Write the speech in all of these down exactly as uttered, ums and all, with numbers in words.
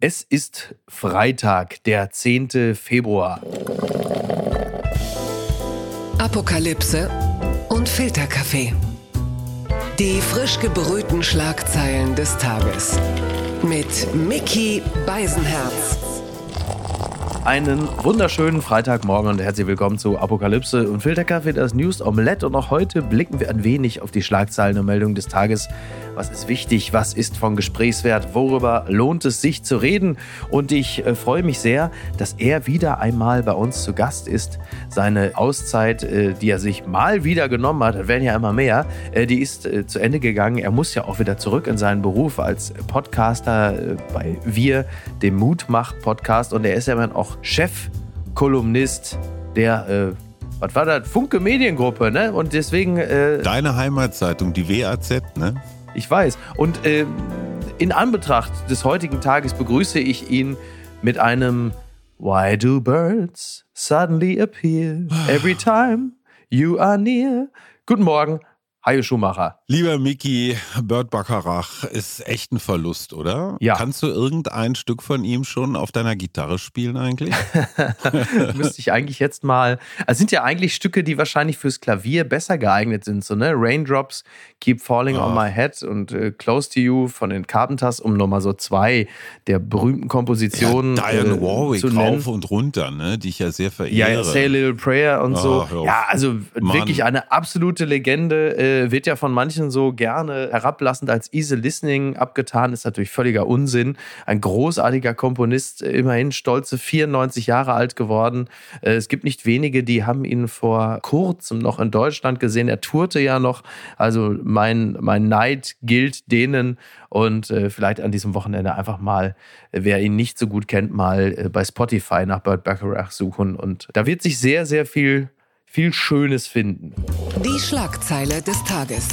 Es ist Freitag, der zehnte Februar. Apokalypse und Filterkaffee. Die frisch gebrühten Schlagzeilen des Tages. Mit Micky Beisenherz. Einen wunderschönen Freitagmorgen und herzlich willkommen zu Apokalypse und Filterkaffee, das News Omelette. Und auch heute blicken wir ein wenig auf die Schlagzeilen und Meldungen des Tages. Was ist wichtig? Was ist von Gesprächswert? Worüber lohnt es sich zu reden? Und ich äh, freue mich sehr, dass er wieder einmal bei uns zu Gast ist. Seine Auszeit, äh, die er sich mal wieder genommen hat, das werden ja immer mehr, äh, die ist äh, zu Ende gegangen. Er muss ja auch wieder zurück in seinen Beruf als Podcaster äh, bei Wir, dem Mutmach-Podcast. Und er ist ja immer auch Chefkolumnist der, äh, was war das, Funke Mediengruppe, ne? Und deswegen... Äh, Deine Heimatzeitung, die W A Z, ne? Ich weiß. Und äh, in Anbetracht des heutigen Tages begrüße ich ihn mit einem Why do birds suddenly appear every time you are near? Guten Morgen, Hajo Schumacher. Lieber Micky, Burt Bacharach ist echt ein Verlust, oder? Ja. Kannst du irgendein Stück von ihm schon auf deiner Gitarre spielen eigentlich? Müsste ich eigentlich jetzt mal... Es sind ja eigentlich Stücke, die wahrscheinlich fürs Klavier besser geeignet sind. So, ne? Raindrops, Keep Falling oh. on My Head und äh, Close to You von den Carpenters, um nochmal so zwei der berühmten Kompositionen ja, Dionne äh, Warwick zu nennen. Rauf und runter, ne? Die ich ja sehr verehre. Ja, Say a Little Prayer und oh, so. Ja, also Mann. Wirklich eine absolute Legende. Äh, wird ja von manchen so gerne herablassend als easy listening abgetan, ist natürlich völliger Unsinn. Ein großartiger Komponist, immerhin stolze vierundneunzig Jahre alt geworden. Es gibt nicht wenige, die haben ihn vor kurzem noch in Deutschland gesehen. Er tourte ja noch, also mein, mein Neid gilt denen. Und äh, vielleicht an diesem Wochenende einfach mal, wer ihn nicht so gut kennt, mal äh, bei Spotify nach Burt Bacharach suchen. Und da wird sich sehr, sehr viel viel Schönes finden. Die Schlagzeile des Tages.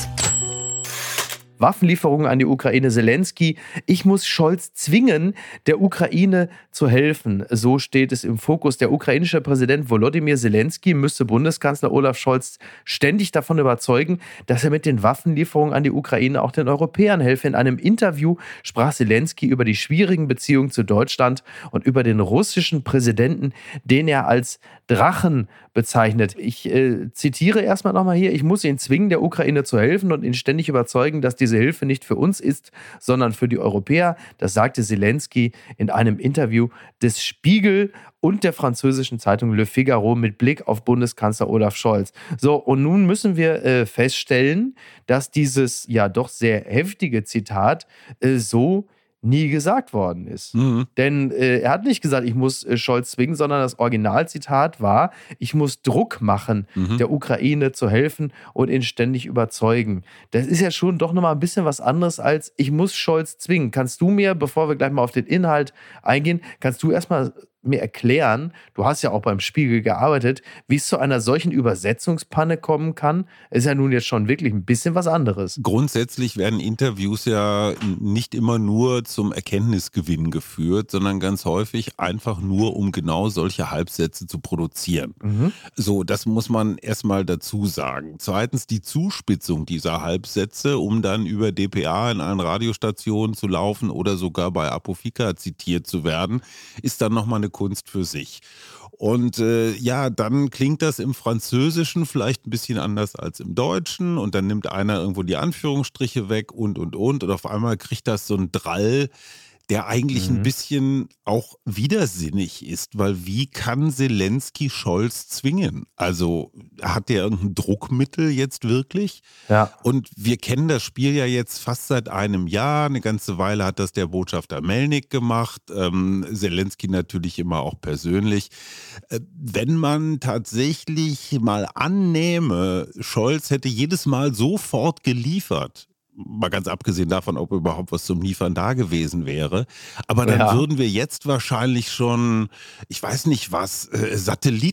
Waffenlieferungen an die Ukraine. Zelensky: Ich muss Scholz zwingen, der Ukraine zu helfen. So steht es im Fokus. Der ukrainische Präsident Volodymyr Zelensky müsste Bundeskanzler Olaf Scholz ständig davon überzeugen, dass er mit den Waffenlieferungen an die Ukraine auch den Europäern helfe. In einem Interview sprach Zelensky über die schwierigen Beziehungen zu Deutschland und über den russischen Präsidenten, den er als Drachen bezeichnet. Ich äh, zitiere erstmal nochmal hier: Ich muss ihn zwingen, der Ukraine zu helfen und ihn ständig überzeugen, dass diese Hilfe nicht für uns ist, sondern für die Europäer. Das sagte Zelensky in einem Interview des Spiegel und der französischen Zeitung Le Figaro mit Blick auf Bundeskanzler Olaf Scholz. So, und nun müssen wir äh, feststellen, dass dieses ja doch sehr heftige Zitat äh, so nie gesagt worden ist. Mhm. Denn äh, er hat nicht gesagt, ich muss äh, Scholz zwingen, sondern das Originalzitat war: Ich muss Druck machen, mhm. der Ukraine zu helfen und ihn ständig überzeugen. Das ist ja schon doch nochmal ein bisschen was anderes als ich muss Scholz zwingen. Kannst du mir, bevor wir gleich mal auf den Inhalt eingehen, kannst du erstmal mir erklären, du hast ja auch beim Spiegel gearbeitet, wie es zu einer solchen Übersetzungspanne kommen kann? Ist ja nun jetzt schon wirklich ein bisschen was anderes. Grundsätzlich werden Interviews ja nicht immer nur zum Erkenntnisgewinn geführt, sondern ganz häufig einfach nur, um genau solche Halbsätze zu produzieren. Mhm. So, das muss man erstmal dazu sagen. Zweitens die Zuspitzung dieser Halbsätze, um dann über D P A in allen Radiostationen zu laufen oder sogar bei Apofika zitiert zu werden, ist dann nochmal eine Kunst für sich. Und äh, ja, dann klingt das im Französischen vielleicht ein bisschen anders als im Deutschen und dann nimmt einer irgendwo die Anführungsstriche weg und, und, und und auf einmal kriegt das so einen Drall, der eigentlich mhm. ein bisschen auch widersinnig ist, weil wie kann Zelensky Scholz zwingen? Also hat der irgendein Druckmittel jetzt wirklich? Ja. Und wir kennen das Spiel ja jetzt fast seit einem Jahr. Eine ganze Weile hat das der Botschafter Melnik gemacht. Ähm, Zelensky natürlich immer auch persönlich. Äh, wenn man tatsächlich mal annehme, Scholz hätte jedes Mal sofort geliefert, mal ganz abgesehen davon, ob überhaupt was zum Liefern da gewesen wäre. Aber dann ja. würden wir jetzt wahrscheinlich schon, ich weiß nicht was, äh, Satelliten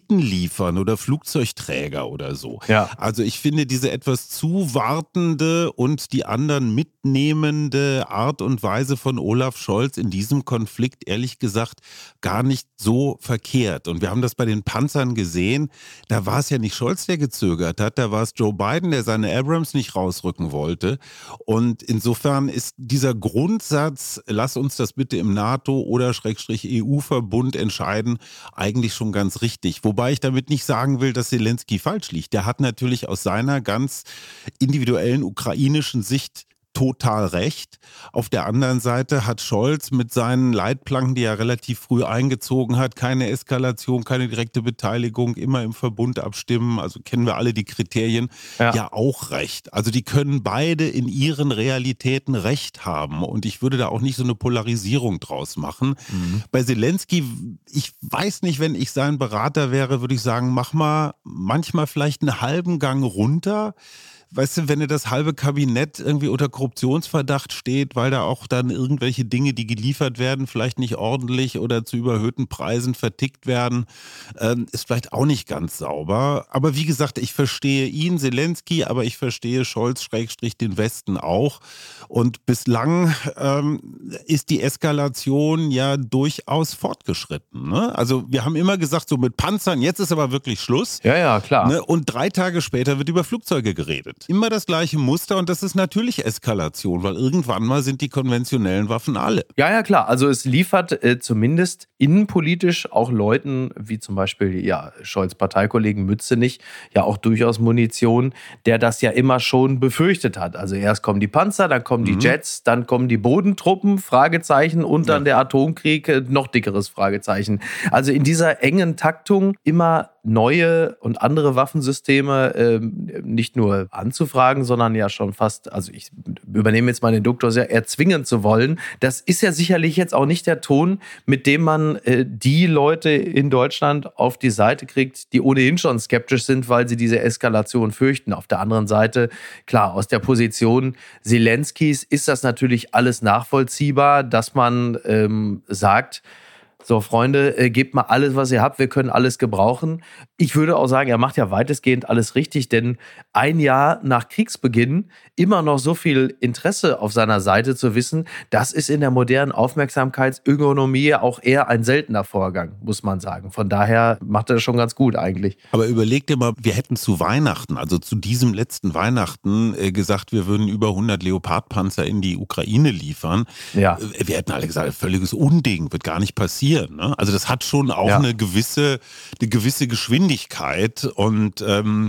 Satelliten liefern oder Flugzeugträger oder so. Ja. Also ich finde diese etwas zu wartende und die anderen mitnehmende Art und Weise von Olaf Scholz in diesem Konflikt ehrlich gesagt gar nicht so verkehrt. Und wir haben das bei den Panzern gesehen, da war es ja nicht Scholz, der gezögert hat, da war es Joe Biden, der seine Abrams nicht rausrücken wollte. Und insofern ist dieser Grundsatz, lass uns das bitte im NATO- oder Schrägstrich E U-Verbund entscheiden, eigentlich schon ganz richtig. Wobei ich damit nicht sagen will, dass Zelensky falsch liegt. Der hat natürlich aus seiner ganz individuellen ukrainischen Sicht total recht. Auf der anderen Seite hat Scholz mit seinen Leitplanken, die er relativ früh eingezogen hat, keine Eskalation, keine direkte Beteiligung, immer im Verbund abstimmen, also kennen wir alle die Kriterien, ja, ja auch recht. Also die können beide in ihren Realitäten recht haben und ich würde da auch nicht so eine Polarisierung draus machen. Mhm. Bei Zelensky, ich weiß nicht, wenn ich sein Berater wäre, würde ich sagen, mach mal manchmal vielleicht einen halben Gang runter. Weißt du, wenn dir das halbe Kabinett irgendwie unter Korruptionsverdacht steht, weil da auch dann irgendwelche Dinge, die geliefert werden, vielleicht nicht ordentlich oder zu überhöhten Preisen vertickt werden, ähm, ist vielleicht auch nicht ganz sauber. Aber wie gesagt, ich verstehe ihn, Zelensky, aber ich verstehe Scholz, Schrägstrich den Westen auch. Und bislang ähm, ist die Eskalation ja durchaus fortgeschritten. Ne? Also wir haben immer gesagt, so mit Panzern, jetzt ist aber wirklich Schluss. Ja, ja, klar. Ne? Und drei Tage später wird über Flugzeuge geredet. Immer das gleiche Muster und das ist natürlich Eskalation, weil irgendwann mal sind die konventionellen Waffen alle. Ja, ja, klar. Also es liefert äh, zumindest innenpolitisch auch Leuten, wie zum Beispiel ja, Scholz Parteikollegen Mützenich, ja auch durchaus Munition, der das ja immer schon befürchtet hat. Also erst kommen die Panzer, dann kommen mhm. die Jets, dann kommen die Bodentruppen, Fragezeichen und dann ja. der Atomkrieg, äh, noch dickeres Fragezeichen. Also in dieser engen Taktung immer neue und andere Waffensysteme äh, nicht nur anzufragen, sondern ja schon fast, also ich übernehme jetzt mal den Doktor sehr, erzwingen zu wollen. Das ist ja sicherlich jetzt auch nicht der Ton, mit dem man äh, die Leute in Deutschland auf die Seite kriegt, die ohnehin schon skeptisch sind, weil sie diese Eskalation fürchten. Auf der anderen Seite, klar, aus der Position Zelenskys ist das natürlich alles nachvollziehbar, dass man ähm, sagt, so, Freunde, äh, gebt mal alles, was ihr habt. Wir können alles gebrauchen. Ich würde auch sagen, er macht ja weitestgehend alles richtig, denn ein Jahr nach Kriegsbeginn immer noch so viel Interesse auf seiner Seite zu wissen, das ist in der modernen Aufmerksamkeitsökonomie auch eher ein seltener Vorgang, muss man sagen. Von daher macht er das schon ganz gut eigentlich. Aber überleg dir mal, wir hätten zu Weihnachten, also zu diesem letzten Weihnachten, äh, gesagt, wir würden über hundert Leopardpanzer in die Ukraine liefern. Ja. Wir hätten alle gesagt, völliges Unding, wird gar nicht passieren. Ne? Also das hat schon auch ja. eine gewisse, eine gewisse Geschwindigkeit und ähm,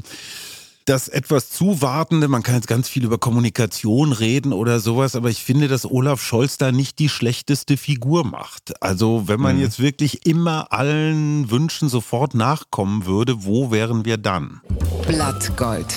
das etwas Zuwartende, man kann jetzt ganz viel über Kommunikation reden oder sowas, aber ich finde, dass Olaf Scholz da nicht die schlechteste Figur macht. Also wenn man mhm. jetzt wirklich immer allen Wünschen sofort nachkommen würde, wo wären wir dann? Blattgold.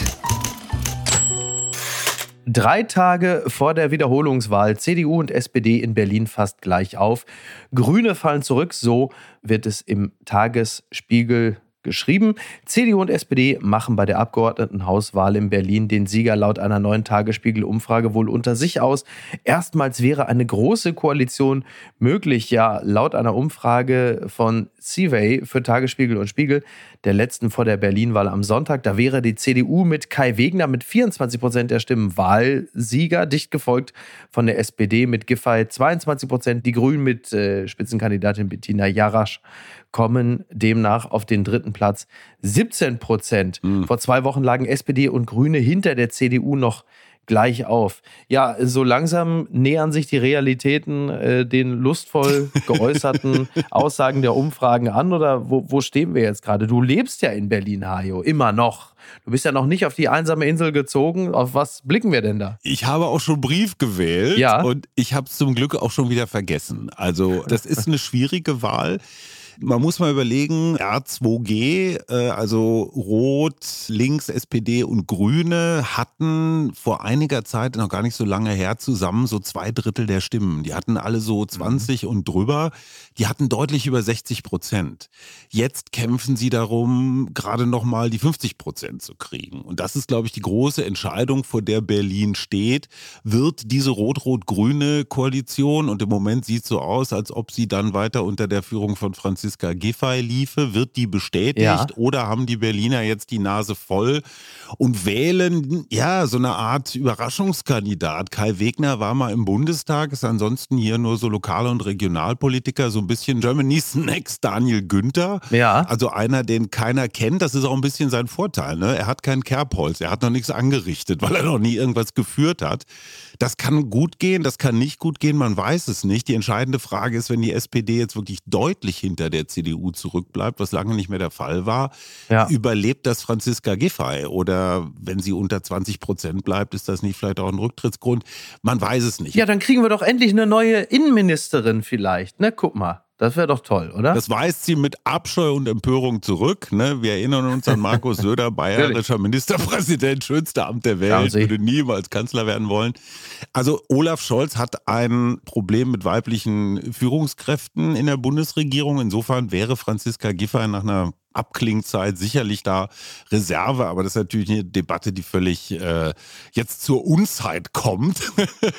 Drei Tage vor der Wiederholungswahl, C D U und S P D in Berlin fast gleich auf. Grüne fallen zurück, so wird es im Tagesspiegel geschrieben. C D U und S P D machen bei der Abgeordnetenhauswahl in Berlin den Sieger laut einer neuen Tagesspiegel-Umfrage wohl unter sich aus. Erstmals wäre eine große Koalition möglich. Ja, laut einer Umfrage von Seavey für Tagesspiegel und Spiegel, der letzten vor der Berlin-Wahl am Sonntag, da wäre die C D U mit Kai Wegner mit vierundzwanzig Prozent der Stimmen Wahlsieger, dicht gefolgt von der S P D mit Giffey zweiundzwanzig Prozent. Die Grünen mit äh, Spitzenkandidatin Bettina Jarasch kommen demnach auf den dritten Platz. siebzehn Prozent. Mhm. Vor zwei Wochen lagen S P D und Grüne hinter der C D U noch gleich auf. Ja, so langsam nähern sich die Realitäten äh, den lustvoll geäußerten Aussagen der Umfragen an. Oder wo, wo stehen wir jetzt gerade? Du lebst ja in Berlin, Hajo, immer noch. Du bist ja noch nicht auf die einsame Insel gezogen. Auf was blicken wir denn da? Ich habe auch schon Brief gewählt ja. und ich habe es zum Glück auch schon wieder vergessen. Also das ist eine schwierige Wahl. Man muss mal überlegen, R zwei G, äh, also Rot, Links, S P D und Grüne hatten vor einiger Zeit, noch gar nicht so lange her, zusammen so zwei Drittel der Stimmen. Die hatten alle so zwanzig mhm. und drüber. Die hatten deutlich über sechzig Prozent. Jetzt kämpfen sie darum, gerade noch mal die fünfzig Prozent zu kriegen. Und das ist, glaube ich, die große Entscheidung, vor der Berlin steht. Wird diese rot-rot-grüne Koalition, und im Moment sieht es so aus, als ob sie dann weiter unter der Führung von Franziska Franziska Giffey liefe. Wird die bestätigt Ja. oder haben die Berliner jetzt die Nase voll und wählen, ja, so eine Art Überraschungskandidat? Kai Wegner war mal im Bundestag, ist ansonsten hier nur so Lokal- und Regionalpolitiker, so ein bisschen Germany's Next Daniel Günther. Ja. Also einer, den keiner kennt, das ist auch ein bisschen sein Vorteil. Ne? Er hat kein Kerbholz, er hat noch nichts angerichtet, weil er noch nie irgendwas geführt hat. Das kann gut gehen, das kann nicht gut gehen, man weiß es nicht. Die entscheidende Frage ist, wenn die S P D jetzt wirklich deutlich hinter der C D U zurückbleibt, was lange nicht mehr der Fall war, Ja. überlebt das Franziska Giffey? Oder wenn sie unter zwanzig Prozent bleibt, ist das nicht vielleicht auch ein Rücktrittsgrund? Man weiß es nicht. Ja, dann kriegen wir doch endlich eine neue Innenministerin vielleicht. Ne, guck mal. Das wäre doch toll, oder? Das weist sie mit Abscheu und Empörung zurück. Ne? Wir erinnern uns an Markus Söder, bayerischer Ministerpräsident, schönste Amt der Welt, würde niemals Kanzler werden wollen. Also Olaf Scholz hat ein Problem mit weiblichen Führungskräften in der Bundesregierung. Insofern wäre Franziska Giffey nach einer Abklingzeit sicherlich da Reserve, aber das ist natürlich eine Debatte, die völlig äh, jetzt zur Unzeit kommt.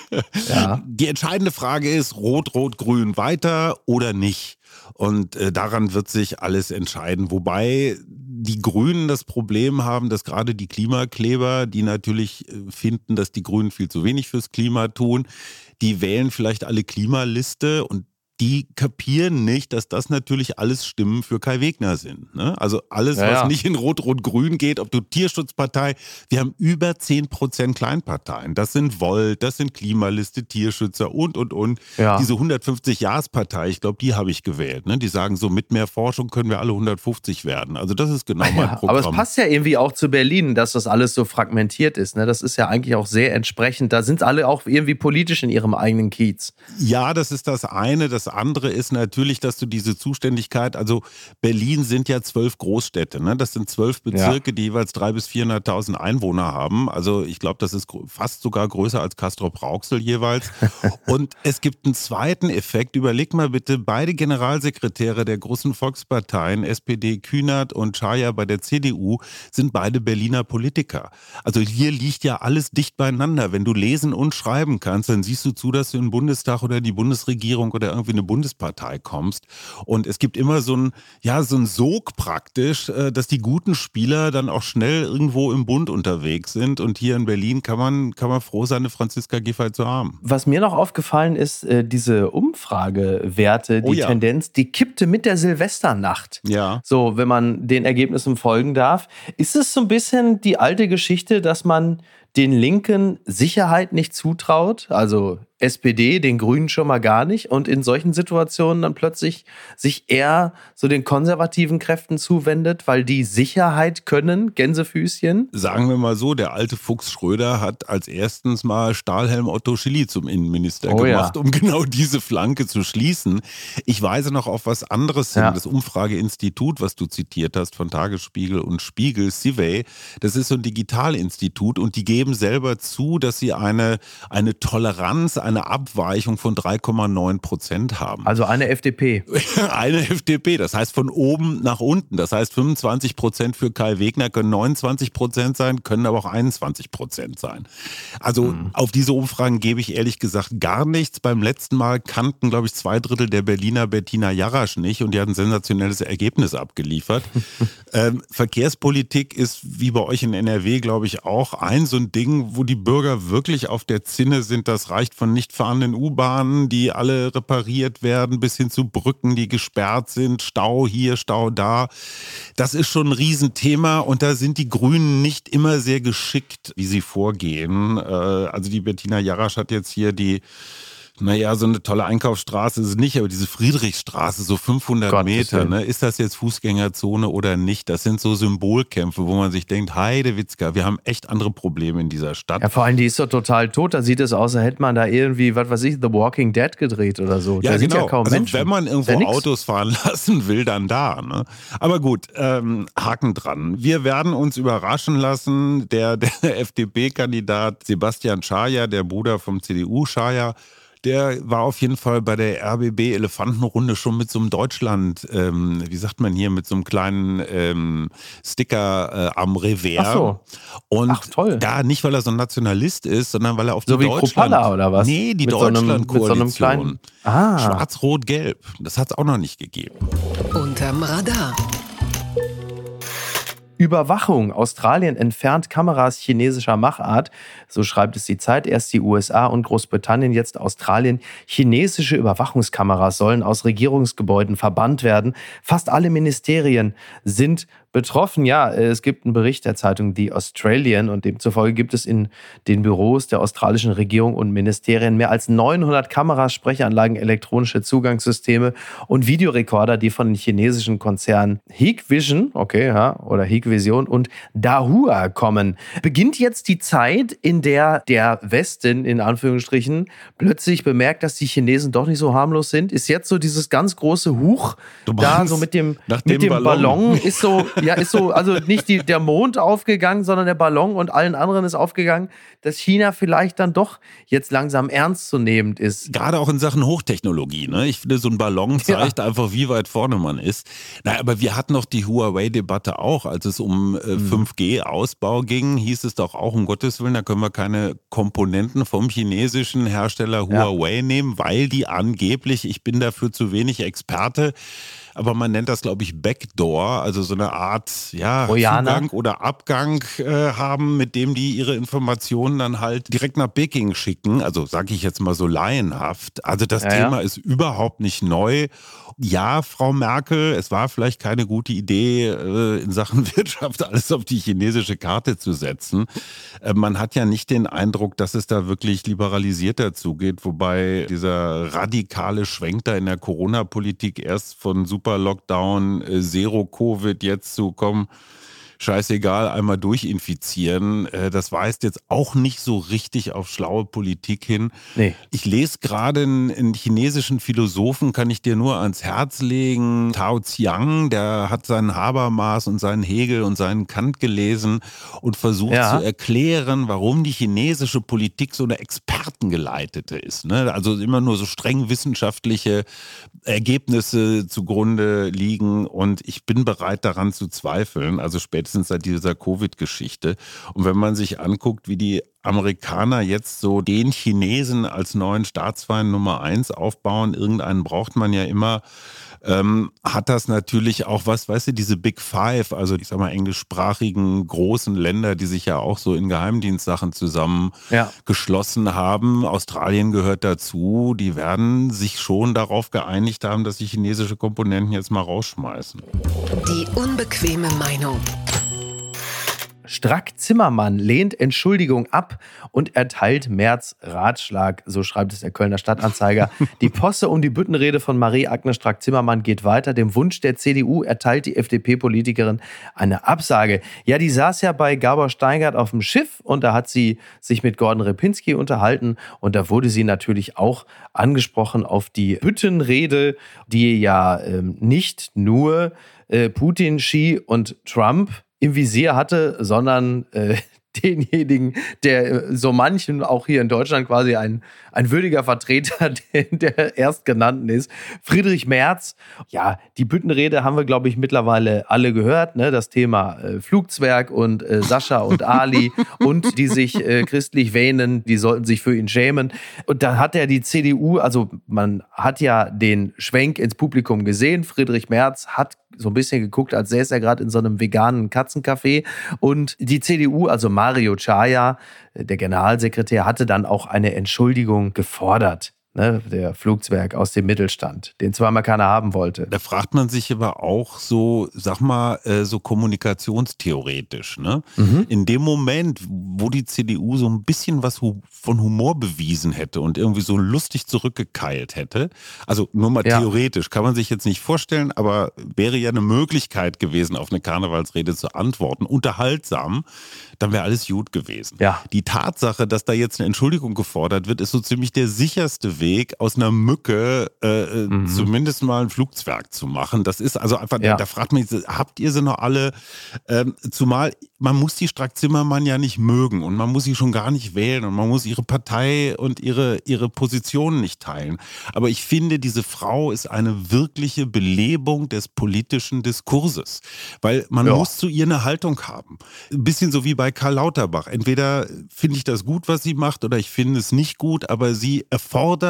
Ja. Die entscheidende Frage ist, Rot, Rot, Grün weiter oder nicht? Und äh, daran wird sich alles entscheiden. Wobei die Grünen das Problem haben, dass gerade die Klimakleber, die natürlich äh, finden, dass die Grünen viel zu wenig fürs Klima tun, die wählen vielleicht alle Klimaliste und die kapieren nicht, dass das natürlich alles Stimmen für Kai Wegner sind. Ne? Also alles, ja, was ja. nicht in Rot-Rot-Grün geht, ob du Tierschutzpartei, wir haben über zehn Prozent Kleinparteien. Das sind Volt, das sind Klimaliste, Tierschützer und, und, und. Ja. Diese hundertfünfzig-Jahres-Partei, ich glaube, die habe ich gewählt. Ne? Die sagen so, mit mehr Forschung können wir alle hundertfünfzig werden. Also das ist genau mein Ja, Programm. aber es passt ja irgendwie auch zu Berlin, dass das alles so fragmentiert ist. Ne? Das ist ja eigentlich auch sehr entsprechend. Da sind alle auch irgendwie politisch in ihrem eigenen Kiez. Ja, das ist das eine. Das andere ist natürlich, dass du diese Zuständigkeit, also Berlin sind ja zwölf Großstädte, ne? Das sind zwölf Bezirke, ja. die jeweils dreihunderttausend bis vierhunderttausend Einwohner haben. Also ich glaube, das ist fast sogar größer als Castrop-Rauxel jeweils. Und es gibt einen zweiten Effekt. Überleg mal bitte, beide Generalsekretäre der großen Volksparteien, S P D Kühnert und Schaja bei der C D U, sind beide Berliner Politiker. Also hier liegt ja alles dicht beieinander. Wenn du lesen und schreiben kannst, dann siehst du zu, dass du in den Bundestag oder die Bundesregierung oder irgendwie eine Bundespartei kommst. Und es gibt immer so ein, ja, so ein Sog praktisch, dass die guten Spieler dann auch schnell irgendwo im Bund unterwegs sind. Und hier in Berlin kann man, kann man froh sein, eine Franziska Giffey zu haben. Was mir noch aufgefallen ist, diese Umfragewerte, die oh ja. Tendenz, die kippte mit der Silvesternacht. Ja. So, wenn man den Ergebnissen folgen darf. Ist es so ein bisschen die alte Geschichte, dass man den Linken Sicherheit nicht zutraut? Also S P D, den Grünen schon mal gar nicht, und in solchen Situationen dann plötzlich sich eher so den konservativen Kräften zuwendet, weil die Sicherheit können, Gänsefüßchen? Sagen wir mal so, der alte Fuchs Schröder hat als erstens mal Stahlhelm Otto Schily zum Innenminister oh, gemacht, ja. um genau diese Flanke zu schließen. Ich weise noch auf was anderes hin, ja. das Umfrageinstitut, was du zitiert hast von Tagesspiegel und Spiegel, Civey, das ist so ein Digitalinstitut und die geben selber zu, dass sie eine, eine Toleranz, eine eine Abweichung von drei Komma neun Prozent haben. Also eine F D P. Eine F D P, das heißt von oben nach unten. Das heißt fünfundzwanzig Prozent für Kai Wegner können neunundzwanzig Prozent sein, können aber auch einundzwanzig Prozent sein. Also mhm. auf diese Umfragen gebe ich ehrlich gesagt gar nichts. Beim letzten Mal kannten, glaube ich, zwei Drittel der Berliner Bettina Jarasch nicht und die hat ein sensationelles Ergebnis abgeliefert. ähm, Verkehrspolitik ist wie bei euch in N R W, glaube ich, auch ein so ein Ding, wo die Bürger wirklich auf der Zinne sind. Das reicht von nicht fahrenden U-Bahnen, die alle repariert werden, bis hin zu Brücken, die gesperrt sind, Stau hier, Stau da. Das ist schon ein Riesenthema und da sind die Grünen nicht immer sehr geschickt, wie sie vorgehen. Also die Bettina Jarasch hat jetzt hier die Naja, so eine tolle Einkaufsstraße ist es nicht, aber diese Friedrichstraße, so fünfhundert Gott, Meter, ne, ist das jetzt Fußgängerzone oder nicht? Das sind so Symbolkämpfe, wo man sich denkt, Heidewitzka, wir haben echt andere Probleme in dieser Stadt. Ja, vor allem, die ist doch total tot. Da sieht es aus, als hätte man da irgendwie, was weiß ich, The Walking Dead gedreht oder so. Ja, da genau. sind ja kaum also, Menschen. Wenn man irgendwo Autos fahren lassen will, dann da. Ne? Aber gut, ähm, Haken dran. Wir werden uns überraschen lassen. Der, der F D P-Kandidat Sebastian Schaja, der Bruder vom C D U-Schaja, der war auf jeden Fall bei der R B B-Elefantenrunde schon mit so einem Deutschland, ähm, wie sagt man hier, mit so einem kleinen ähm, Sticker äh, am Revers. Ach so. Und Ach, toll. da nicht, weil er so ein Nationalist ist, sondern weil er auf so die wie Deutschland... Kropala oder was? Nee, die mit Deutschland-Koalition. So einem, mit so einem kleinen... Ah. Schwarz-Rot-Gelb. Das hat es auch noch nicht gegeben. Und Unterm Radar. Überwachung. Australien entfernt Kameras chinesischer Machart. So schreibt es die Zeit. Erst die U S A und Großbritannien, jetzt Australien. Chinesische Überwachungskameras sollen aus Regierungsgebäuden verbannt werden. Fast alle Ministerien sind betroffen. Ja, es gibt einen Bericht der Zeitung The Australian und demzufolge gibt es in den Büros der australischen Regierung und Ministerien mehr als neunhundert Kameras, Sprechanlagen, elektronische Zugangssysteme und Videorekorder, die von den chinesischen Konzernen Hikvision, okay, ja, oder Hikvision und Dahua kommen. Beginnt jetzt die Zeit, in der der Westen, in Anführungsstrichen, plötzlich bemerkt, dass die Chinesen doch nicht so harmlos sind? Ist jetzt so dieses ganz große Huch da, so mit dem, mit dem Ballon. Ballon, ist so, ja, ist so, also nicht die, der Mond aufgegangen, sondern der Ballon und allen anderen ist aufgegangen, dass China vielleicht dann doch jetzt langsam ernstzunehmend ist. Gerade auch in Sachen Hochtechnologie, ne? Ich finde, so ein Ballon zeigt ja einfach, wie weit vorne man ist. Na, aber wir hatten noch die Huawei-Debatte auch, als es um äh, mhm. fünf G-Ausbau ging, hieß es doch auch, um Gottes Willen, da können wir keine Komponenten vom chinesischen Hersteller Huawei ja. nehmen, weil die angeblich, ich bin dafür zu wenig Experte, aber man nennt das, glaube ich, Backdoor, also so eine Art ja, Zugang oder Abgang äh, haben, mit dem die ihre Informationen dann halt direkt nach Peking schicken. Also sage ich jetzt mal so laienhaft. Also das ja, Thema ja. ist überhaupt nicht neu. Ja, Frau Merkel, es war vielleicht keine gute Idee, äh, in Sachen Wirtschaft alles auf die chinesische Karte zu setzen. Äh, man hat ja nicht den Eindruck, dass es da wirklich liberalisierter zugeht, wobei dieser radikale Schwenk da in der Corona-Politik erst von Super-Lockdown, äh, Zero-Covid jetzt zu kommen, scheißegal, einmal durchinfizieren. Das weist jetzt auch nicht so richtig auf schlaue Politik hin. Nee. Ich lese gerade einen, einen chinesischen Philosophen, kann ich dir nur ans Herz legen, Tao Xiang, der hat seinen Habermas und seinen Hegel und seinen Kant gelesen und versucht ja. zu erklären, warum die chinesische Politik so eine expertengeleitete ist. Ne? Also immer nur so streng wissenschaftliche Ergebnisse zugrunde liegen und ich bin bereit daran zu zweifeln, also spätestens seit dieser Covid-Geschichte. Und wenn man sich anguckt, wie die Amerikaner jetzt so den Chinesen als neuen Staatsfeind Nummer eins aufbauen, irgendeinen braucht man ja immer, ähm, hat das natürlich auch was, weißt du, diese Big Five, also ich sag mal englischsprachigen großen Länder, die sich ja auch so in Geheimdienstsachen zusammen ja. geschlossen haben. Australien gehört dazu. Die werden sich schon darauf geeinigt haben, dass sie chinesische Komponenten jetzt mal rausschmeißen. Die unbequeme Meinung. Strack-Zimmermann lehnt Entschuldigung ab und erteilt Merz Ratschlag, so schreibt es der Kölner Stadtanzeiger. Die Posse um die Büttenrede von Marie-Agnes Strack-Zimmermann geht weiter. Dem Wunsch der C D U erteilt die F D P-Politikerin eine Absage. Ja, die saß ja bei Gabor Steingart auf dem Schiff und da hat sie sich mit Gordon Repinski unterhalten und da wurde sie natürlich auch angesprochen auf die Büttenrede, die ja ähm, nicht nur äh, Putin, Xi und Trump im Visier hatte, sondern äh, denjenigen, der so manchen auch hier in Deutschland quasi ein, ein würdiger Vertreter der, der Erstgenannten ist, Friedrich Merz. Ja, die Büttenrede haben wir, glaube ich, mittlerweile alle gehört, ne? Das Thema äh, Flugzwerg und äh, Sascha und Ali und die sich äh, christlich wähnen, die sollten sich für ihn schämen. Und da hat ja die C D U, also man hat ja den Schwenk ins Publikum gesehen. Friedrich Merz hat so ein bisschen geguckt, als säße er gerade in so einem veganen Katzencafé. Und die C D U, also Mario Chaya, der Generalsekretär, hatte dann auch eine Entschuldigung gefordert. Ne, der Flugzwerg aus dem Mittelstand, den zweimal keiner haben wollte. Da fragt man sich aber auch so, sag mal, so kommunikationstheoretisch. Ne? Mhm. In dem Moment, wo die C D U so ein bisschen was von Humor bewiesen hätte und irgendwie so lustig zurückgekeilt hätte, also nur mal ja. theoretisch, kann man sich jetzt nicht vorstellen, aber wäre ja eine Möglichkeit gewesen, auf eine Karnevalsrede zu antworten, unterhaltsam, dann wäre alles gut gewesen. Ja. Die Tatsache, dass da jetzt eine Entschuldigung gefordert wird, ist so ziemlich der sicherste Weg, aus einer Mücke äh, mhm. zumindest mal ein Flugzwerg zu machen. Das ist also einfach, ja. da, da fragt man sich, habt ihr sie noch alle? Ähm, zumal, man muss die Strack-Zimmermann ja nicht mögen und man muss sie schon gar nicht wählen und man muss ihre Partei und ihre, ihre Positionen nicht teilen. Aber ich finde, diese Frau ist eine wirkliche Belebung des politischen Diskurses, weil man ja. muss zu ihr eine Haltung haben. Ein bisschen so wie bei Karl Lauterbach. Entweder finde ich das gut, was sie macht, oder ich finde es nicht gut, aber sie erfordert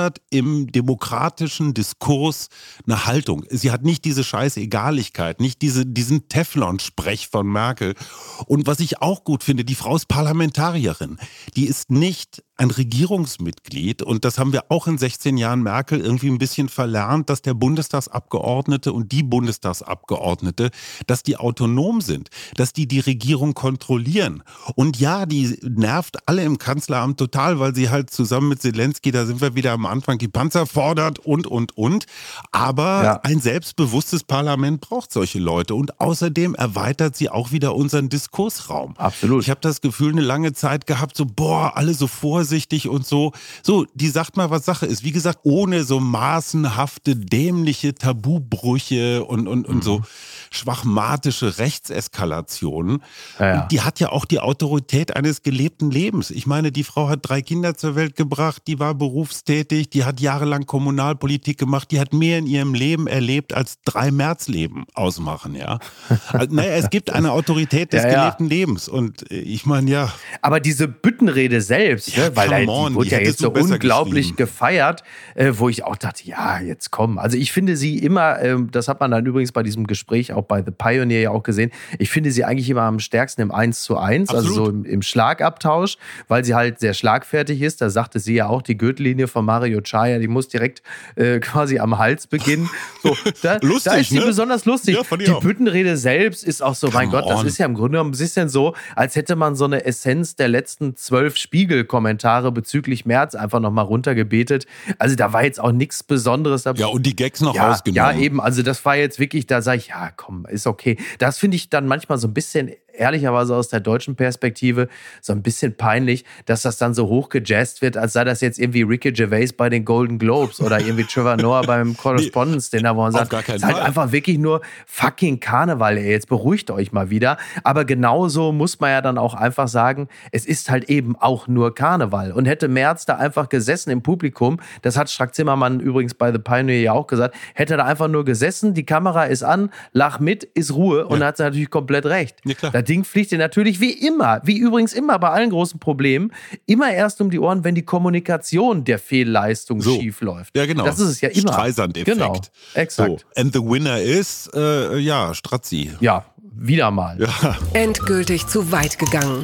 fordert im demokratischen Diskurs eine Haltung. Sie hat nicht diese scheiß Egaligkeit, nicht diese, diesen Teflon-Sprech von Merkel. Und was ich auch gut finde, die Frau ist Parlamentarierin. Die ist nicht ein Regierungsmitglied und das haben wir auch in sechzehn Jahren Merkel irgendwie ein bisschen verlernt, dass der Bundestagsabgeordnete und die Bundestagsabgeordnete, dass die autonom sind, dass die die Regierung kontrollieren. Und ja, die nervt alle im Kanzleramt total, weil sie halt zusammen mit Zelensky, da sind wir wieder am Anfang, die Panzer fordert und, und, und. Aber ja. ein selbstbewusstes Parlament braucht solche Leute und außerdem erweitert sie auch wieder unseren Diskursraum. Absolut. Ich habe das Gefühl, eine lange Zeit gehabt, so boah, alle so vorsichtig und so. So, die sagt mal, was Sache ist. Wie gesagt, ohne so maßenhafte, dämliche Tabubrüche und, und, und mhm. so schwachmatische Rechtseskalationen. Ja, ja. Und die hat ja auch die Autorität eines gelebten Lebens. Ich meine, die Frau hat drei Kinder zur Welt gebracht, die war berufstätig, die hat jahrelang Kommunalpolitik gemacht, die hat mehr in ihrem Leben erlebt, als drei Märzleben ausmachen, ja. Also, naja, es gibt eine Autorität des ja, ja. gelebten Lebens und ich meine, ja. Aber diese Büttenrede selbst, ja, ne, weil die on, wurde die ja jetzt so unglaublich gefeiert, äh, wo ich auch dachte, ja, jetzt komm. Also ich finde sie immer, äh, das hat man dann übrigens bei diesem Gespräch auch bei The Pioneer ja auch gesehen, ich finde sie eigentlich immer am stärksten im eins zu eins, also so im, im Schlagabtausch, weil sie halt sehr schlagfertig ist. Da sagte sie ja auch, die Gürtellinie von Mario Chaya, die muss direkt äh, quasi am Hals beginnen. So, da, lustig, da ist sie ne? besonders lustig. Ja, die Büttenrede selbst ist auch so, Come mein Gott, das on. ist ja im Grunde genommen ein bisschen so, als hätte man so eine Essenz der letzten zwölf Spiegel-Kommentare bezüglich Merz einfach nochmal runtergebetet. Also da war jetzt auch nichts Besonderes dabei. Ja, und die Gags noch ja, rausgenommen. Ja, eben. Also das war jetzt wirklich, da sage ich, ja, komm, ist okay. Das finde ich dann manchmal so ein bisschen, ehrlicherweise aus der deutschen Perspektive, so ein bisschen peinlich, dass das dann so hochgejazzt wird, als sei das jetzt irgendwie Ricky Gervais bei den Golden Globes oder irgendwie Trevor Noah beim Correspondence Dinner, wo man sagt, es ist halt einfach wirklich nur fucking Karneval, ey, jetzt beruhigt euch mal wieder. Aber genauso muss man ja dann auch einfach sagen, es ist halt eben auch nur Karneval. Und hätte Merz da einfach gesessen im Publikum, das hat Strack-Zimmermann übrigens bei The Pioneer ja auch gesagt, hätte da einfach nur gesessen, die Kamera ist an, lach mit, ist Ruhe und ja. hat sie natürlich komplett recht. Ja, klar. Das Ding fliegt dir natürlich wie immer, wie übrigens immer bei allen großen Problemen, immer erst um die Ohren, wenn die Kommunikation der Fehlleistung so. schief läuft. Ja, genau. Das ist es ja immer. Streisand-Effekt. Genau, exakt. So. And the winner is, äh, ja, Strazzi. Ja, wieder mal. Ja. Endgültig zu weit gegangen.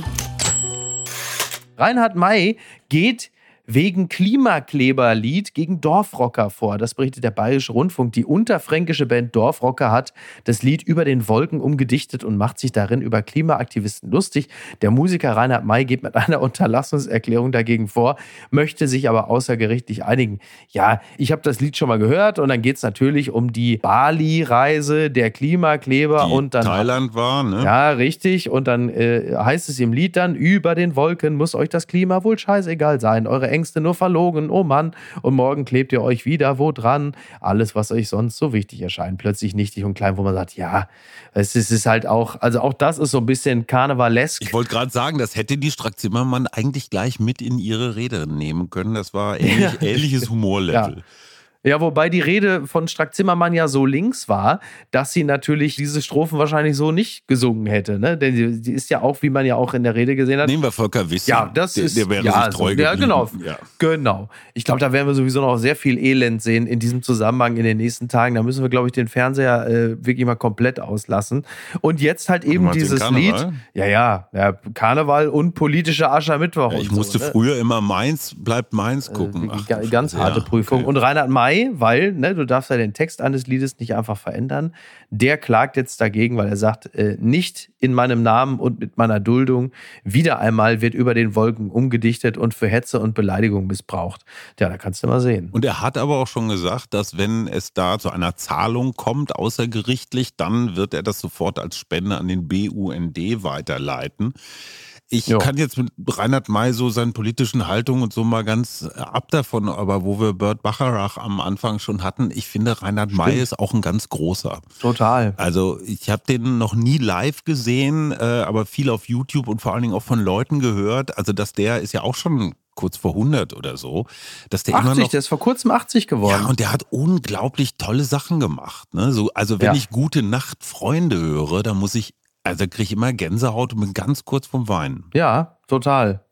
Reinhard May geht wegen Klimakleberlied gegen Dorfrocker vor. Das berichtet der Bayerische Rundfunk. Die unterfränkische Band Dorfrocker hat das Lied Über den Wolken umgedichtet und macht sich darin über Klimaaktivisten lustig. Der Musiker Reinhard May geht mit einer Unterlassungserklärung dagegen vor, möchte sich aber außergerichtlich einigen. Ja, ich habe das Lied schon mal gehört und dann geht es natürlich um die Bali-Reise der Klimakleber. Die und dann Thailand war, ne? Ja, richtig. Und dann äh, heißt es im Lied dann, über den Wolken muss euch das Klima wohl scheißegal sein. Eure Ängste nur verlogen, oh Mann. Und morgen klebt ihr euch wieder wo dran. Alles, was euch sonst so wichtig erscheint, plötzlich nichtig und klein, wo man sagt, ja, es ist, es ist halt auch, also auch das ist so ein bisschen karnevalesk. Ich wollte gerade sagen, das hätte die Strack-Zimmermann eigentlich gleich mit in ihre Rede nehmen können. Das war ähnlich, ähnliches Humorlevel. Ja. Ja, wobei die Rede von Strack-Zimmermann ja so links war, dass sie natürlich diese Strophen wahrscheinlich so nicht gesungen hätte. Ne? Denn die, die ist ja auch, wie man ja auch in der Rede gesehen hat. Nehmen wir Volker Wissing. Ja, das der, ist, der wäre ja, sich treu so, ja, geblieben. genau. Ja. Genau. Ich glaube, da werden wir sowieso noch sehr viel Elend sehen in diesem Zusammenhang in den nächsten Tagen. Da müssen wir, glaube ich, den Fernseher äh, wirklich mal komplett auslassen. Und jetzt halt eben dieses Lied. Ja, ja, ja, Karneval und politische Aschermittwoch. Ja, ich und musste so, ne? früher immer Mainz bleibt Mainz gucken. Äh, Ach, ganz harte ja, Prüfung. okay. Und Reinhard May, weil, ne, du darfst ja den Text eines Liedes nicht einfach verändern, der klagt jetzt dagegen, weil er sagt, äh, nicht in meinem Namen und mit meiner Duldung, wieder einmal wird über den Wolken umgedichtet und für Hetze und Beleidigung missbraucht. Ja, da kannst du mal sehen. Und er hat aber auch schon gesagt, dass wenn es da zu einer Zahlung kommt, außergerichtlich, dann wird er das sofort als Spende an den B U N D weiterleiten. Ich jo. kann jetzt mit Reinhard May so seinen politischen Haltungen und so mal ganz ab davon, aber wo wir Bert Bacharach am Anfang schon hatten, ich finde, Reinhard Stimmt. May ist auch ein ganz großer. Total. Also ich habe den noch nie live gesehen, aber viel auf YouTube und vor allen Dingen auch von Leuten gehört. Also dass der ist ja auch schon kurz vor hundert oder so. Dass der achtzig, immer noch, der ist vor kurzem achtzig geworden. Ja, und der hat unglaublich tolle Sachen gemacht. Ne? So, also wenn ja. ich Gute Nacht Freunde höre, dann muss ich Also kriege ich immer Gänsehaut und bin ganz kurz vom Weinen. Ja, total.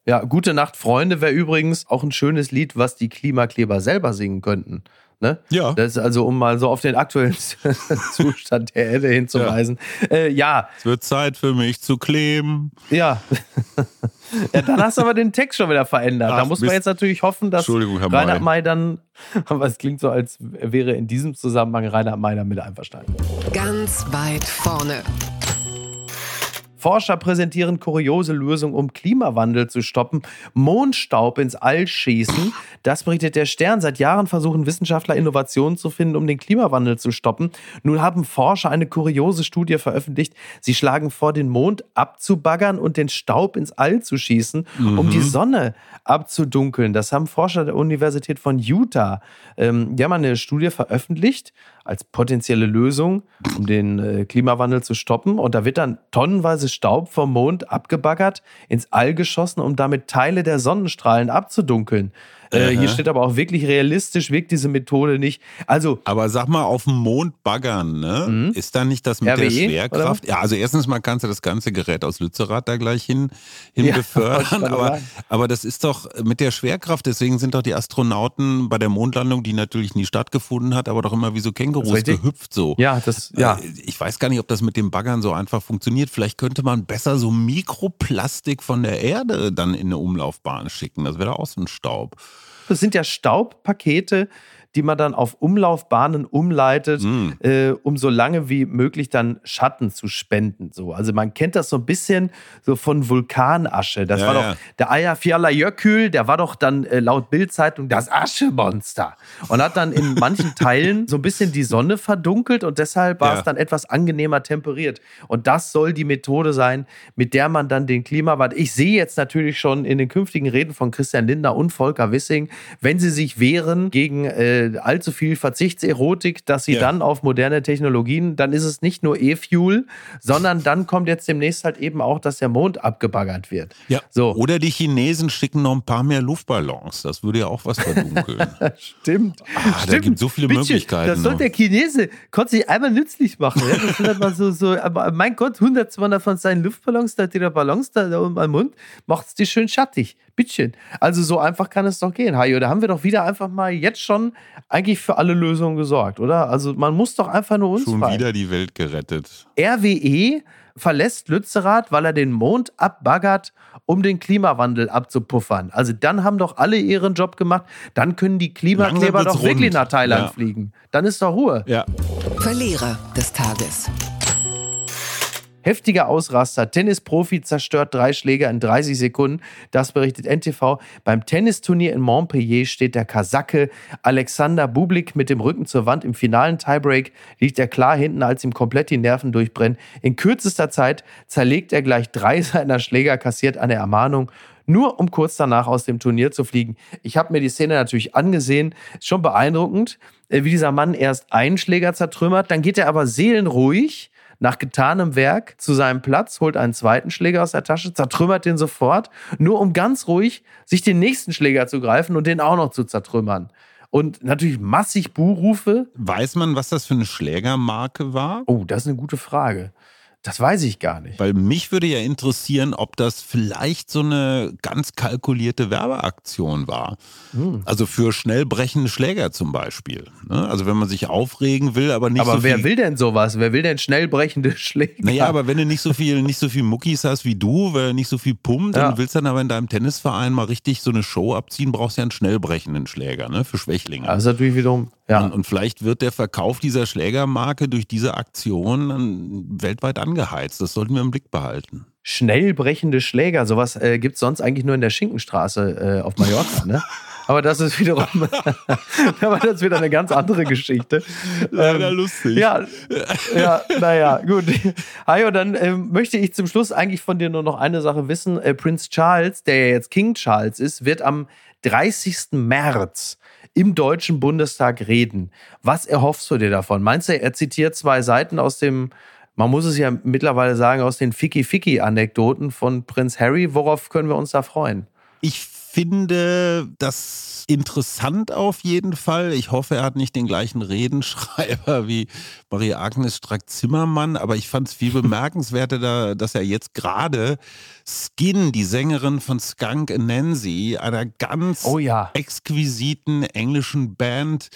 Ja, Gute Nacht, Freunde wäre übrigens auch ein schönes Lied, was die Klimakleber selber singen könnten. Ne? Ja. Das ist also, um mal so auf den aktuellen Zustand der Erde hinzuweisen. Ja. Äh, ja. Es wird Zeit für mich zu kleben. Ja. Ja, dann hast du aber den Text schon wieder verändert. Ach, da muss man jetzt natürlich hoffen, dass Reinhard May dann, aber es klingt so, als wäre in diesem Zusammenhang Reinhard May damit einverstanden. Ganz weit vorne. Forscher präsentieren kuriose Lösungen, um Klimawandel zu stoppen. Mondstaub ins All schießen. Das berichtet der Stern. Seit Jahren versuchen Wissenschaftler Innovationen zu finden, um den Klimawandel zu stoppen. Nun haben Forscher eine kuriose Studie veröffentlicht. Sie schlagen vor, den Mond abzubaggern und den Staub ins All zu schießen, mhm. um die Sonne abzudunkeln. Das haben Forscher der Universität von Utah. Ähm, die haben eine Studie veröffentlicht als potenzielle Lösung, um den äh, Klimawandel zu stoppen. Und da wird dann tonnenweise Staub vom Mond abgebaggert, ins All geschossen, um damit Teile der Sonnenstrahlen abzudunkeln. Äh, hier steht aber auch wirklich realistisch, wirkt diese Methode nicht. Also, aber sag mal, auf dem Mond baggern, ne? Mhm. Ist da nicht das mit R W E, der Schwerkraft? Ja, also erstens mal kannst du das ganze Gerät aus Lützerath da gleich hin, hin ja, befördern. Aber, aber das ist doch mit der Schwerkraft, deswegen sind doch die Astronauten bei der Mondlandung, die natürlich nie stattgefunden hat, aber doch immer wie so Kängurus gehüpft so. Ja, das, ja. Ich weiß gar nicht, ob das mit dem Baggern so einfach funktioniert. Vielleicht könnte man besser so Mikroplastik von der Erde dann in eine Umlaufbahn schicken. Das wäre doch auch so ein Staub. Das sind ja Staubpakete, die man dann auf Umlaufbahnen umleitet, mm. äh, um so lange wie möglich dann Schatten zu spenden. So. Also man kennt das so ein bisschen so von Vulkanasche. Das ja, war doch ja. der Eyjafjallajökull, der war doch dann äh, laut Bild-Zeitung das Aschemonster und hat dann in manchen Teilen so ein bisschen die Sonne verdunkelt und deshalb war ja. es dann etwas angenehmer temperiert. Und das soll die Methode sein, mit der man dann den Klimawandel... Ich sehe jetzt natürlich schon in den künftigen Reden von Christian Lindner und Volker Wissing, wenn sie sich wehren gegen... Äh, allzu viel Verzichtserotik, dass sie ja. dann auf moderne Technologien, dann ist es nicht nur E-Fuel, sondern dann kommt jetzt demnächst halt eben auch, dass der Mond abgebaggert wird. Ja. So. Oder die Chinesen schicken noch ein paar mehr Luftballons. Das würde ja auch was verdunkeln. Stimmt. Ah, Stimmt. Da gibt es so viele Bitte, Möglichkeiten. Das soll der Chinese, konnte sich einmal nützlich machen. Ja? Das sind mal so, so, aber mein Gott, hundert, zweihundert von seinen Luftballons, da die Ballons da, da um den Mund, macht es die schön schattig. Bittchen. Also so einfach kann es doch gehen, Hajo. Da haben wir doch wieder einfach mal jetzt schon eigentlich für alle Lösungen gesorgt, oder? Also man muss doch einfach nur uns Schon fallen. wieder die Welt gerettet. R W E verlässt Lützerath, weil er den Mond abbaggert, um den Klimawandel abzupuffern. Also dann haben doch alle ihren Job gemacht. Dann können die Klimakleber doch rund. wirklich nach Thailand ja. fliegen. Dann ist doch Ruhe. Ja. Verlierer des Tages. Heftiger Ausraster. Tennisprofi zerstört drei Schläger in dreißig Sekunden. Das berichtet N T V. Beim Tennisturnier in Montpellier steht der Kasake Alexander Bublik mit dem Rücken zur Wand. Im finalen Tiebreak liegt er klar hinten, als ihm komplett die Nerven durchbrennen. In kürzester Zeit zerlegt er gleich drei seiner Schläger, kassiert eine Ermahnung, nur um kurz danach aus dem Turnier zu fliegen. Ich habe mir die Szene natürlich angesehen. Ist schon beeindruckend, wie dieser Mann erst einen Schläger zertrümmert, dann geht er aber seelenruhig nach getanem Werk zu seinem Platz, holt einen zweiten Schläger aus der Tasche, zertrümmert den sofort, nur um ganz ruhig sich den nächsten Schläger zu greifen und den auch noch zu zertrümmern. Und natürlich massig Buhrufe. Weiß man, was das für eine Schlägermarke war? Oh, das ist eine gute Frage. Das weiß ich gar nicht. Weil mich würde ja interessieren, ob das vielleicht so eine ganz kalkulierte Werbeaktion war. Hm. Also für schnell brechende Schläger zum Beispiel. Also wenn man sich aufregen will, aber nicht aber so viel... Aber wer will denn sowas? Wer will denn schnell brechende Schläger? Naja, aber wenn du nicht so viel, nicht so viel Muckis hast wie du, weil nicht so viel pumpt, ja. und willst dann aber in deinem Tennisverein mal richtig so eine Show abziehen, brauchst du ja einen schnell brechenden Schläger, ne? Für Schwächlinge. Das ist natürlich wiederum... Ja. Und, und vielleicht wird der Verkauf dieser Schlägermarke durch diese Aktion dann weltweit angeheizt. Das sollten wir im Blick behalten. Schnell brechende Schläger, sowas äh, gibt es sonst eigentlich nur in der Schinkenstraße äh, auf Mallorca, ne? Aber das ist wiederum, aber das ist wieder eine ganz andere Geschichte. Leider ähm, lustig. Ja, ja, naja, gut. Hajo, dann ähm, möchte ich zum Schluss eigentlich von dir nur noch eine Sache wissen. Äh, Prinz Charles, der ja jetzt King Charles ist, wird am dreißigsten März im Deutschen Bundestag reden. Was erhoffst du dir davon? Meinst du, er zitiert zwei Seiten aus dem, man muss es ja mittlerweile sagen, aus den Ficky-Ficky-Anekdoten von Prinz Harry? Worauf können wir uns da freuen? Ich finde das interessant auf jeden Fall. Ich hoffe, er hat nicht den gleichen Redenschreiber wie Marie-Agnes Strack-Zimmermann, aber ich fand es viel bemerkenswerter, da, dass er jetzt gerade Skin, die Sängerin von Skunk Anansie, einer ganz oh ja. exquisiten englischen Band,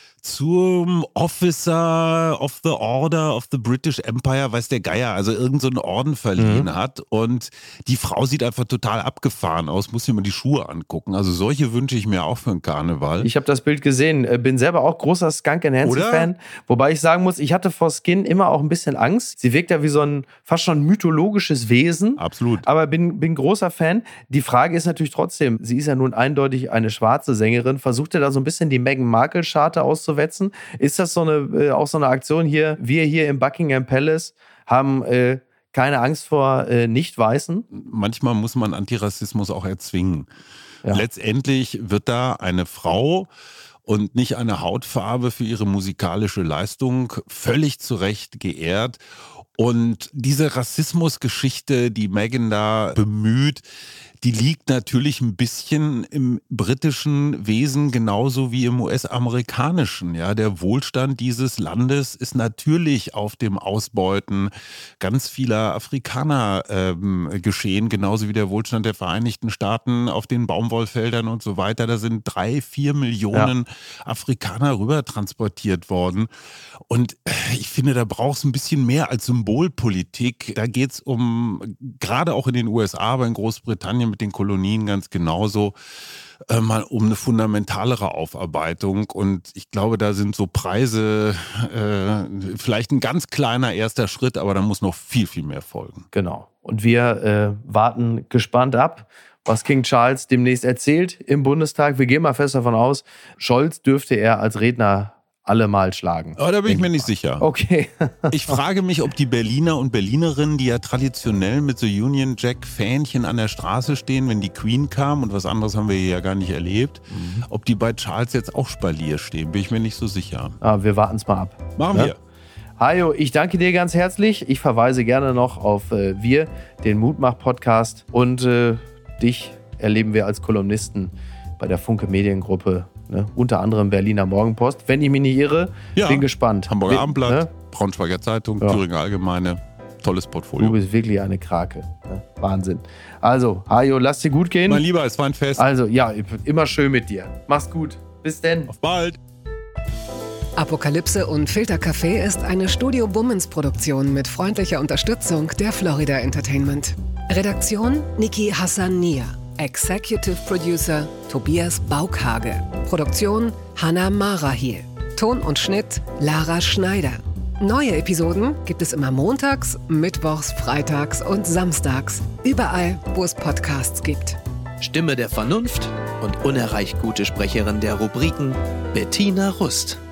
zum Officer of the Order of the British Empire, weiß der Geier, also irgend so einen Orden verliehen mhm. hat. Und die Frau sieht einfach total abgefahren aus, muss sich mal die Schuhe angucken. Also solche wünsche ich mir auch für den Karneval. Ich habe das Bild gesehen, bin selber auch großer Skunk Anansie-Fan. Wobei ich sagen muss, ich hatte vor Skin immer auch ein bisschen Angst. Sie wirkt ja wie so ein fast schon mythologisches Wesen. Absolut. Aber bin, bin großer Fan. Die Frage ist natürlich trotzdem, sie ist ja nun eindeutig eine schwarze Sängerin. Versucht er da so ein bisschen die Meghan Markle-Scharte auszuwetzen? Ist das so eine, äh, auch so eine Aktion hier? Wir hier im Buckingham Palace haben äh, keine Angst vor äh, Nicht-Weißen? Manchmal muss man Antirassismus auch erzwingen. Ja. Letztendlich wird da eine Frau und nicht eine Hautfarbe für ihre musikalische Leistung völlig zu Recht geehrt. Und diese Rassismusgeschichte, die Meghan da bemüht, die liegt natürlich ein bisschen im britischen Wesen genauso wie im U S-amerikanischen. Ja, der Wohlstand dieses Landes ist natürlich auf dem Ausbeuten ganz vieler Afrikaner ähm, geschehen, genauso wie der Wohlstand der Vereinigten Staaten auf den Baumwollfeldern und so weiter. Da sind drei, vier Millionen ja. Afrikaner rüber transportiert worden. Und ich finde, da braucht es ein bisschen mehr als Symbolpolitik. Da geht es um, gerade auch in den U S A, aber in Großbritannien mit den Kolonien ganz genauso, äh, mal um eine fundamentalere Aufarbeitung. Und ich glaube, da sind so Preise äh, vielleicht ein ganz kleiner erster Schritt, aber da muss noch viel, viel mehr folgen. Genau. Und wir äh, warten gespannt ab, was King Charles demnächst erzählt im Bundestag. Wir gehen mal fest davon aus, Scholz dürfte er als Redner alle mal schlagen. Aber da bin ich mir nicht sicher. Okay. Ich frage mich, ob die Berliner und Berlinerinnen, die ja traditionell mit so Union Jack-Fähnchen an der Straße stehen, wenn die Queen kam, und was anderes haben wir hier ja gar nicht erlebt, mhm. ob die bei Charles jetzt auch Spalier stehen, bin ich mir nicht so sicher. Ah, wir warten es mal ab. Machen ne? wir. Hajo, ich danke dir ganz herzlich. Ich verweise gerne noch auf äh, Wir, den Mutmach-Podcast. Und äh, dich erleben wir als Kolumnisten bei der Funke Mediengruppe. Ne? Unter anderem Berliner Morgenpost. Wenn ich mich nicht irre, ja, bin gespannt. Hamburger Bin, Abendblatt, ne? Braunschweiger Zeitung, ja. Thüringer Allgemeine. Tolles Portfolio. Du bist wirklich eine Krake. Ne? Wahnsinn. Also, Hajo, lass dir gut gehen. Mein Lieber, es war ein Fest. Also, ja, immer schön mit dir. Mach's gut. Bis denn. Auf bald. Apokalypse und Filtercafé ist eine Studio Bummens Produktion mit freundlicher Unterstützung der Florida Entertainment. Redaktion Niki Hassania. Executive Producer Tobias Baukhage. Produktion Hannah Marahiel. Ton und Schnitt Lara Schneider. Neue Episoden gibt es immer montags, mittwochs, freitags und samstags. Überall, wo es Podcasts gibt. Stimme der Vernunft und unerreicht gute Sprecherin der Rubriken Bettina Rust.